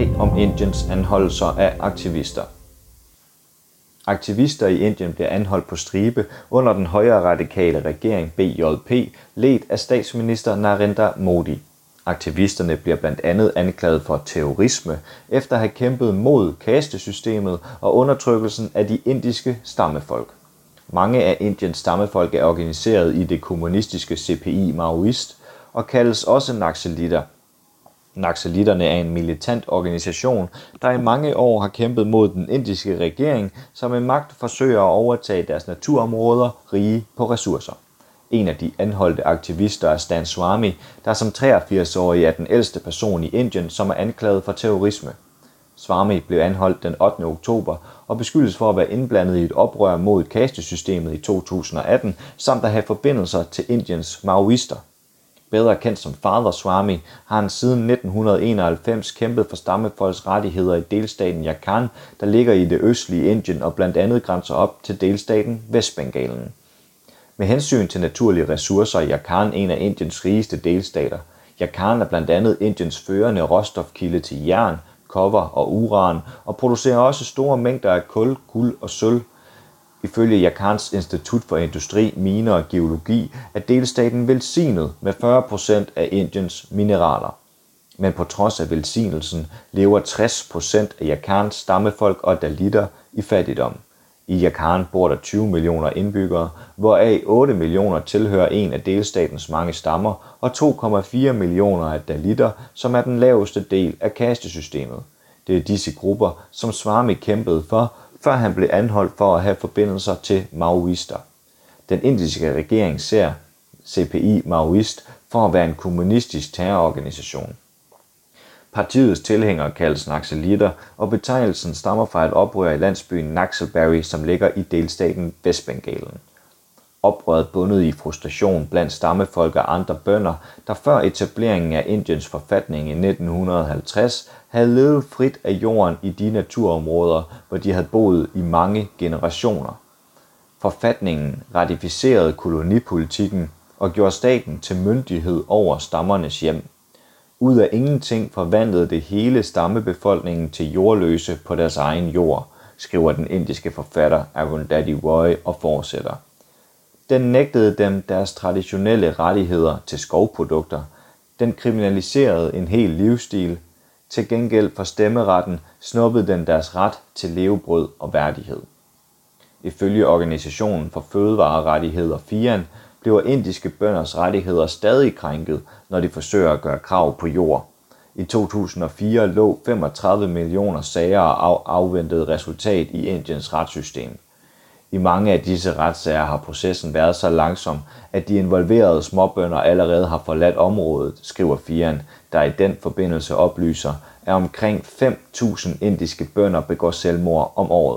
3 om Indiens anholdelser af aktivister. Aktivister i Indien bliver anholdt på stribe under den højre radikale regering BJP, ledt af statsminister Narendra Modi. Aktivisterne bliver blandt andet anklaget for terrorisme efter at have kæmpet mod kastesystemet og undertrykkelsen af de indiske stammefolk. Mange af Indiens stammefolk er organiseret i det kommunistiske CPI Maoist og kaldes også Naxalitter. Naxalitterne er en militant organisation, der i mange år har kæmpet mod den indiske regering, som med magt forsøger at overtage deres naturområder rige på ressourcer. En af de anholdte aktivister er Stan Swamy, der som 83-årig er den ældste person i Indien, som er anklaget for terrorisme. Swamy blev anholdt den 8. oktober og beskyldes for at være indblandet i et oprør mod kastesystemet i 2018, samt at have forbindelser til Indiens maoister. Bedre kendt som Father Swamy har han siden 1991 kæmpet for stammefolks rettigheder i delstaten Jharkhand, der ligger i det østlige Indien og blandt andet grænser op til delstaten Vestbengalen. Med hensyn til naturlige ressourcer er Jharkhand en af Indiens rigeste delstater. Jharkhand er blandt andet Indiens førende råstofkilde til jern, kobber og uran og producerer også store mængder af kul, guld og sølv. Ifølge Jharkhands Institut for Industri, Miner og Geologi er delstaten velsignet med 40% af Indiens mineraler. Men på trods af velsignelsen lever 60% af Jharkhands stammefolk og dalitter i fattigdom. I Jharkhand bor der 20 millioner indbyggere, hvoraf 8 millioner tilhører en af delstatens mange stammer, og 2,4 millioner af dalitter, som er den laveste del af kastesystemet. Det er disse grupper, som Swamy kæmpede for, før han blev anholdt for at have forbindelser til maoister. Den indiske regering ser CPI Maoist for at være en kommunistisk terrororganisation. Partiets tilhængere kaldes Naxalitter, og betegnelsen stammer fra et oprør i landsbyen Naxalbari, som ligger i delstaten Vestbengalen. Oprøret bundet i frustration blandt stammefolk og andre bønder, der før etableringen af Indiens forfatning i 1950 havde levet frit af jorden i de naturområder, hvor de havde boet i mange generationer. Forfatningen ratificerede kolonipolitikken og gjorde staten til myndighed over stammernes hjem. Ud af ingenting forvandlede det hele stammebefolkningen til jordløse på deres egen jord, skriver den indiske forfatter Arundhati Roy og fortsætter. Den nægtede dem deres traditionelle rettigheder til skovprodukter. Den kriminaliserede en hel livsstil. Til gengæld for stemmeretten snuppede den deres ret til levebrød og værdighed. Ifølge Organisationen for Fødevarerettigheder FIAN bliver indiske bønders rettigheder stadig krænket, når de forsøger at gøre krav på jord. I 2004 lå 35 millioner sager og afventede resultat i Indiens retssystem. I mange af disse retssager har processen været så langsom, at de involverede småbønder allerede har forladt området, skriver FIAN, der i den forbindelse oplyser, at omkring 5.000 indiske bønder begår selvmord om året.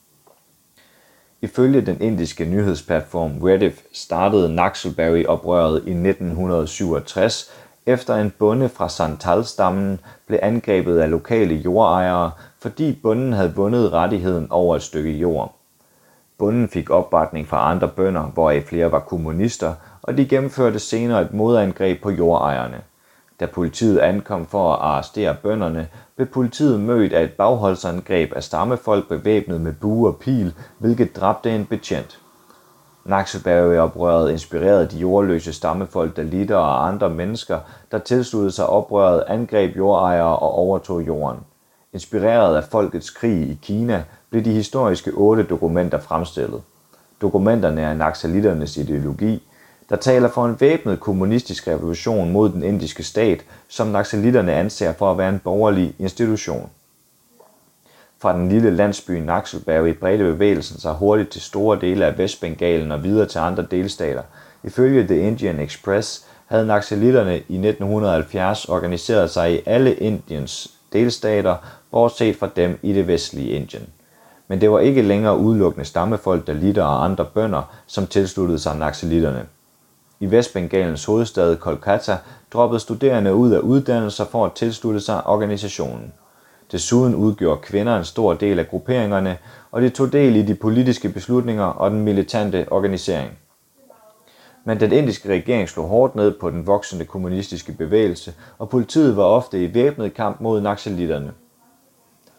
Ifølge den indiske nyhedsplatform Rediff startede Naxalbari-oprøret i 1967, efter en bonde fra Santal-stammen blev angrebet af lokale jordejere, fordi bonden havde vundet rettigheden over et stykke jord. Bonden fik opbakning fra andre bønder, hvoraf flere var kommunister, og de gennemførte senere et modangreb på jordejerne. Da politiet ankom for at arrestere bønderne, blev politiet mødt af et bagholdsangreb af stammefolk bevæbnet med bue og pil, hvilket dræbte en betjent. Naxalbari-oprøret inspirerede de jordløse stammefolk, dalitter og andre mennesker, der tilsluttede sig oprøret, angreb jordejere og overtog jorden. Inspireret af folkets krig i Kina blev de historiske 8 dokumenter fremstillet. Dokumenterne er naxaliternes ideologi, der taler for en væbnet kommunistisk revolution mod den indiske stat, som naxalitterne anser for at være en borgerlig institution. Fra den lille landsby Naxalbari bredte bevægelsen sig hurtigt til store dele af Vestbengalen og videre til andre delstater. Ifølge The Indian Express havde naxalitterne i 1970 organiseret sig i alle Indiens delstater, bortset fra dem i det vestlige Indien. Men det var ikke længere udelukkende stammefolk, dalitter og andre bønder, som tilsluttede sig naxalitterne. I Vestbengalens hovedstad Kolkata droppede studerende ud af uddannelser for at tilslutte sig organisationen. Desuden udgjorde kvinder en stor del af grupperingerne, og de tog del i de politiske beslutninger og den militante organisering. Men den indiske regering slog hårdt ned på den voksende kommunistiske bevægelse, og politiet var ofte i væbnet kamp mod naxalitterne.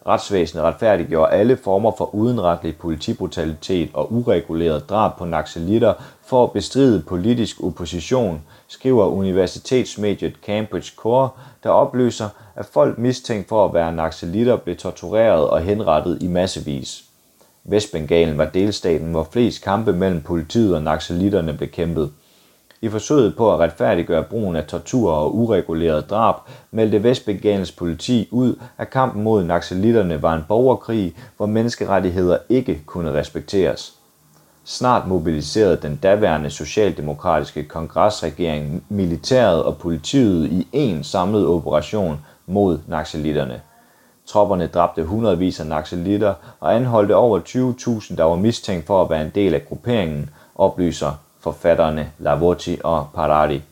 Retsvæsenet retfærdiggjorde alle former for udenretlig politibrutalitet og ureguleret drab på naxalitter for at bestride politisk opposition, skriver universitetsmediet Cambridge Core, der oplyser, at folk mistænkt for at være naxalitter blev tortureret og henrettet i massevis. Vestbengalen var delstaten, hvor flest kampe mellem politiet og naxalitterne blev kæmpet. I forsøget på at retfærdiggøre brugen af tortur og ureguleret drab, meldte Vestbengalens politi ud, at kampen mod naxalitterne var en borgerkrig, hvor menneskerettigheder ikke kunne respekteres. Snart mobiliserede den daværende socialdemokratiske kongresregering militæret og politiet i en samlet operation mod naxalitterne. Tropperne dræbte hundredvis af naxalitter og anholdte over 20.000, der var mistænkt for at være en del af grupperingen, oplyser forfatterne Lavoti og Paradi.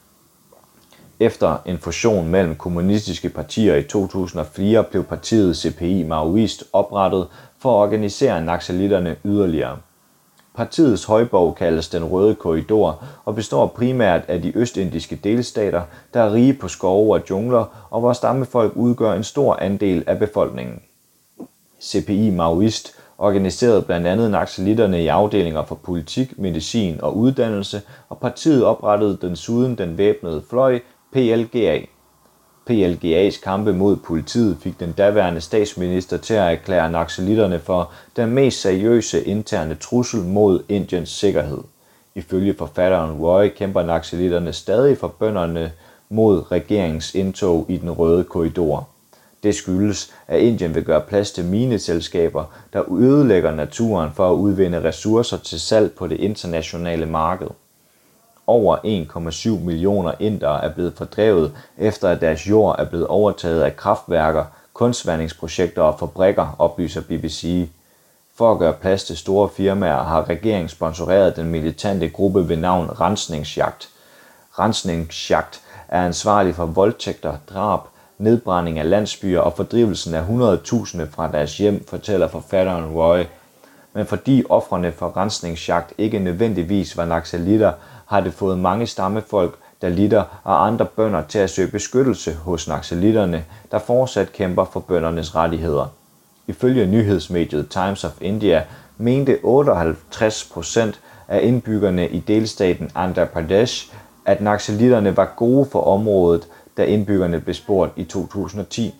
Efter en fusion mellem kommunistiske partier i 2004 blev partiet CPI Maoist oprettet for at organisere naxalitterne yderligere. Partiets højborg kaldes den Røde Korridor og består primært af de østindiske delstater, der er rige på skove og jungler, og hvor stammefolk udgør en stor andel af befolkningen. CPI Maoist organiserede blandt andet naxalitterne i afdelinger for politik, medicin og uddannelse, og partiet oprettede desuden den væbnede fløj PLGA. PLGA's kampe mod politiet fik den daværende statsminister til at erklære naxalitterne for den mest seriøse interne trussel mod Indiens sikkerhed. Ifølge forfatteren Roy kæmper naxalitterne stadig for bønderne mod regeringens indtog i den Røde Korridor. Det skyldes, at Indien vil gøre plads til mineselskaber, der ødelægger naturen for at udvinde ressourcer til salg på det internationale marked. Over 1,7 millioner indere er blevet fordrevet, efter at deres jord er blevet overtaget af kraftværker, kunstvandringsprojekter og fabrikker, oplyser BBC. For at gøre plads til store firmaer har regeringen sponsoreret den militante gruppe ved navn Rensningsjagt. Rensningsjagt er ansvarlig for voldtægter, drab, nedbrænding af landsbyer og fordrivelsen af 100.000 fra deres hjem, fortæller forfatteren Roy. Men fordi ofrene for rensningsjagt ikke nødvendigvis var naxalitter, har det fået mange stammefolk, dalitter og andre bønder til at søge beskyttelse hos naxalitterne, der fortsat kæmper for bøndernes rettigheder. Ifølge nyhedsmediet Times of India mente 58% af indbyggerne i delstaten Andhra Pradesh, at naxalitterne var gode for området, da indbyggerne blev spurgt i 2010.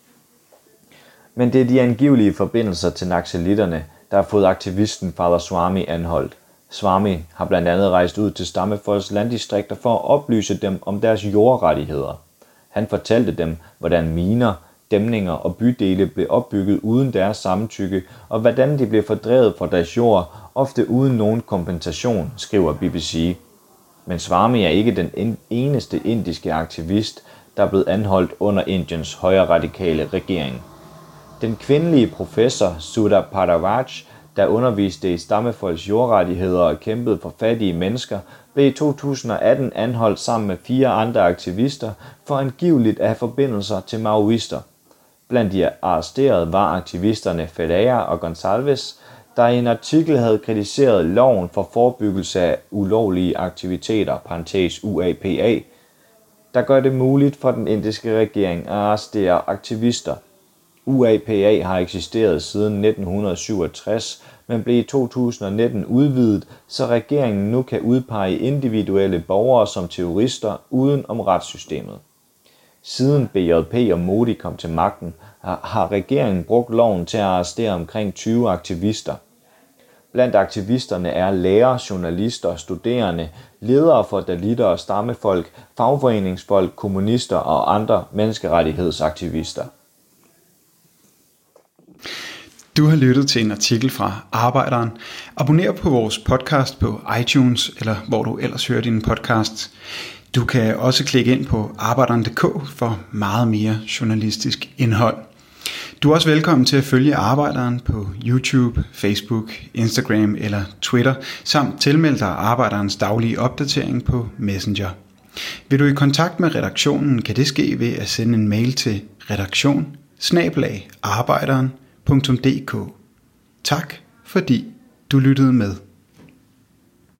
Men det er de angivelige forbindelser til naxalitterne, der har fået aktivisten Father Swami anholdt. Swami har blandt andet rejst ud til stammefolks landdistrikter for at oplyse dem om deres jordrettigheder. Han fortalte dem, hvordan miner, dæmninger og bydele blev opbygget uden deres samtykke, og hvordan de blev fordrevet fra deres jord, ofte uden nogen kompensation, skriver BBC. Men Swami er ikke den eneste indiske aktivist, der er blevet anholdt under Indiens højreradikale regering. Den kvindelige professor Sudha Pardaraj, der underviste i stammefolks jordrettigheder og kæmpede for fattige mennesker, blev i 2018 anholdt sammen med 4 andre aktivister for angiveligt at have forbindelser til maoister. Blandt de arresterede var aktivisterne Ferreira og Gonçalves, der i en artikel havde kritiseret loven for forebyggelse af ulovlige aktiviteter, UAPA, der gør det muligt for den indiske regering at arrestere aktivister. UAPA har eksisteret siden 1967, men blev i 2019 udvidet, så regeringen nu kan udpege individuelle borgere som terrorister uden om retssystemet. Siden BJP og Modi kom til magten, har regeringen brugt loven til at arrestere omkring 20 aktivister. Blandt aktivisterne er lærere, journalister, studerende, ledere for dalitter og stammefolk, fagforeningsfolk, kommunister og andre menneskerettighedsaktivister. Du har lyttet til en artikel fra Arbejderen. Abonner på vores podcast på iTunes, eller hvor du ellers hører dine podcasts. Du kan også klikke ind på arbejderen.dk for meget mere journalistisk indhold. Du er også velkommen til at følge Arbejderen på YouTube, Facebook, Instagram eller Twitter, samt tilmelde dig Arbejderens daglige opdatering på Messenger. Vil du i kontakt med redaktionen, kan det ske ved at sende en mail til redaktion@arbejderen.dk. Tak fordi du lyttede med.